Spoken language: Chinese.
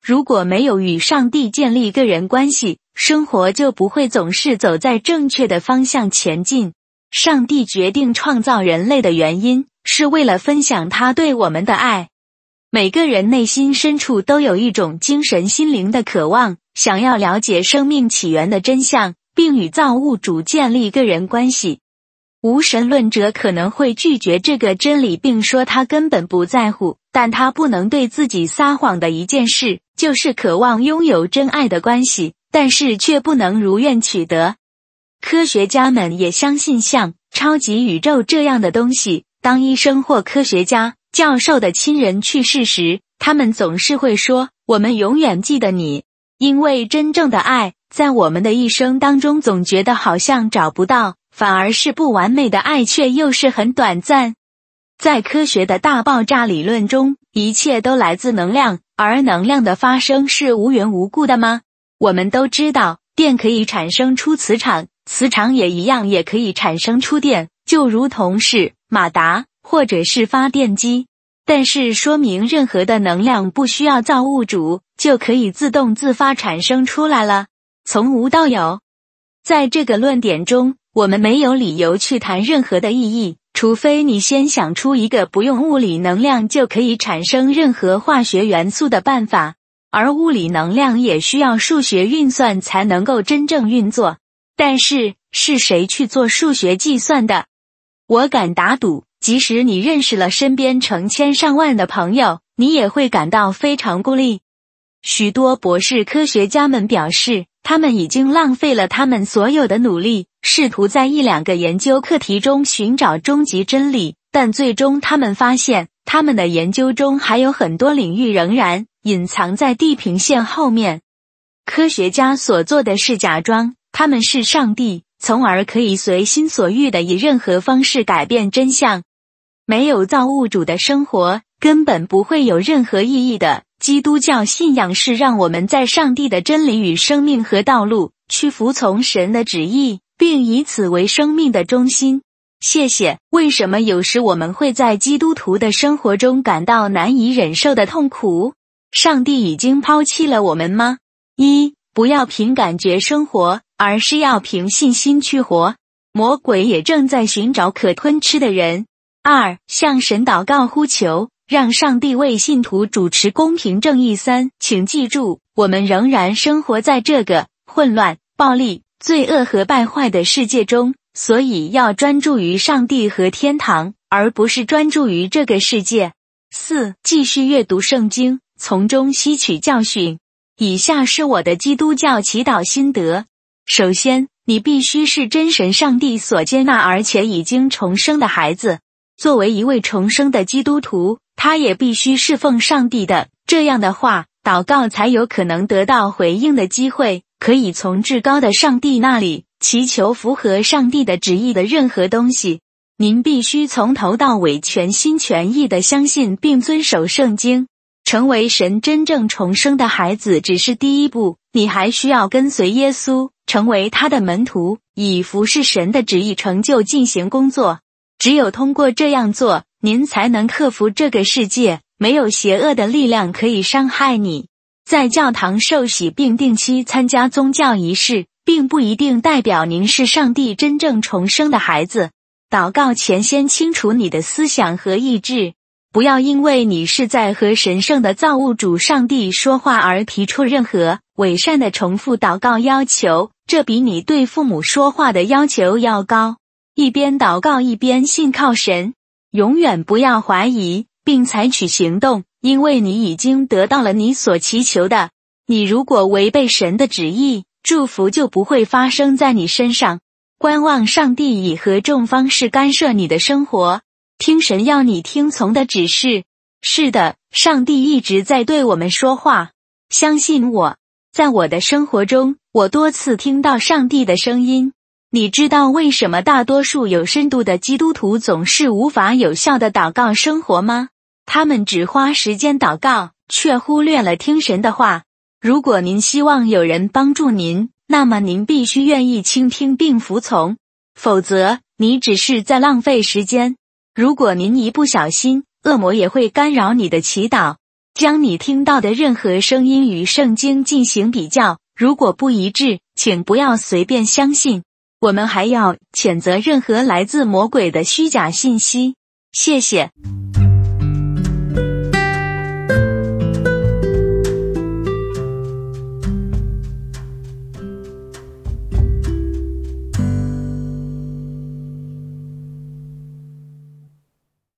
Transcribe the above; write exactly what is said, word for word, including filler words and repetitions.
如果没有与上帝建立个人关系，生活就不会总是走在正确的方向前进。上帝决定创造人类的原因，是为了分享他对我们的爱。每个人内心深处都有一种精神心灵的渴望，想要了解生命起源的真相，并与造物主建立个人关系。无神论者可能会拒绝这个真理，并说他根本不在乎，但他不能对自己撒谎的一件事，就是渴望拥有真爱的关系，但是却不能如愿取得。科学家们也相信像超级宇宙这样的东西。当医生或科学家、教授的亲人去世时，他们总是会说，我们永远记得你。因为真正的爱，在我们的一生当中总觉得好像找不到，反而是不完美的爱却又是很短暂。在科学的大爆炸理论中，一切都来自能量，而能量的发生是无缘无故的吗？我们都知道，电可以产生出磁场，磁场也一样也可以产生出电，就如同是马达或者是发电机。但是说明任何的能量不需要造物主，就可以自动自发产生出来了，从无到有。在这个论点中，我们没有理由去谈任何的意义，除非你先想出一个不用物理能量就可以产生任何化学元素的办法，而物理能量也需要数学运算才能够真正运作。但是，是谁去做数学计算的？我敢打赌，即使你认识了身边成千上万的朋友，你也会感到非常孤立。许多博士科学家们表示，他们已经浪费了他们所有的努力，试图在一两个研究课题中寻找终极真理，但最终他们发现，他们的研究中还有很多领域仍然隐藏在地平线后面。科学家所做的是假装他们是上帝，从而可以随心所欲地以任何方式改变真相。没有造物主的生活根本不会有任何意义的。基督教信仰是让我们在上帝的真理与生命和道路，去服从神的旨意，并以此为生命的中心。谢谢。为什么有时我们会在基督徒的生活中感到难以忍受的痛苦？上帝已经抛弃了我们吗？一、不要凭感觉生活，而是要凭信心去活。魔鬼也正在寻找可吞吃的人。二、向神祷告呼求，让上帝为信徒主持公平正义。三、请记住，我们仍然生活在这个混乱、暴力、罪恶和败坏的世界中，所以要专注于上帝和天堂，而不是专注于这个世界。四、继续阅读圣经，从中吸取教训。以下是我的基督教祈祷心得。首先，你必须是真神上帝所接纳而且已经重生的孩子。作为一位重生的基督徒，他也必须侍奉上帝的，这样的话，祷告才有可能得到回应的机会，可以从至高的上帝那里祈求符合上帝的旨意的任何东西。您必须从头到尾全心全意地相信并遵守圣经。成为神真正重生的孩子只是第一步，你还需要跟随耶稣，成为他的门徒，以服侍神的旨意成就进行工作。只有通过这样做，您才能克服这个世界，没有邪恶的力量可以伤害你。在教堂受洗并定期参加宗教仪式，并不一定代表您是上帝真正重生的孩子。祷告前先清楚你的思想和意志，不要因为你是在和神圣的造物主上帝说话而提出任何伪善的重复祷告要求，这比你对父母说话的要求要高。一边祷告一边信靠神，永远不要怀疑，并采取行动，因为你已经得到了你所祈求的。你如果违背神的旨意，祝福就不会发生在你身上。观望上帝以何种方式干涉你的生活，听神要你听从的指示。是的，上帝一直在对我们说话。相信我，在我的生活中，我多次听到上帝的声音。你知道为什么大多数有深度的基督徒总是无法有效的祷告生活吗？他们只花时间祷告，却忽略了听神的话。如果您希望有人帮助您，那么您必须愿意倾听并服从，否则你只是在浪费时间。如果您一不小心，恶魔也会干扰你的祈祷。 将你听到的任何声音与圣经进行比较，如果不一致，请不要随便相信。我们还要谴责任何来自魔鬼的虚假信息。谢谢。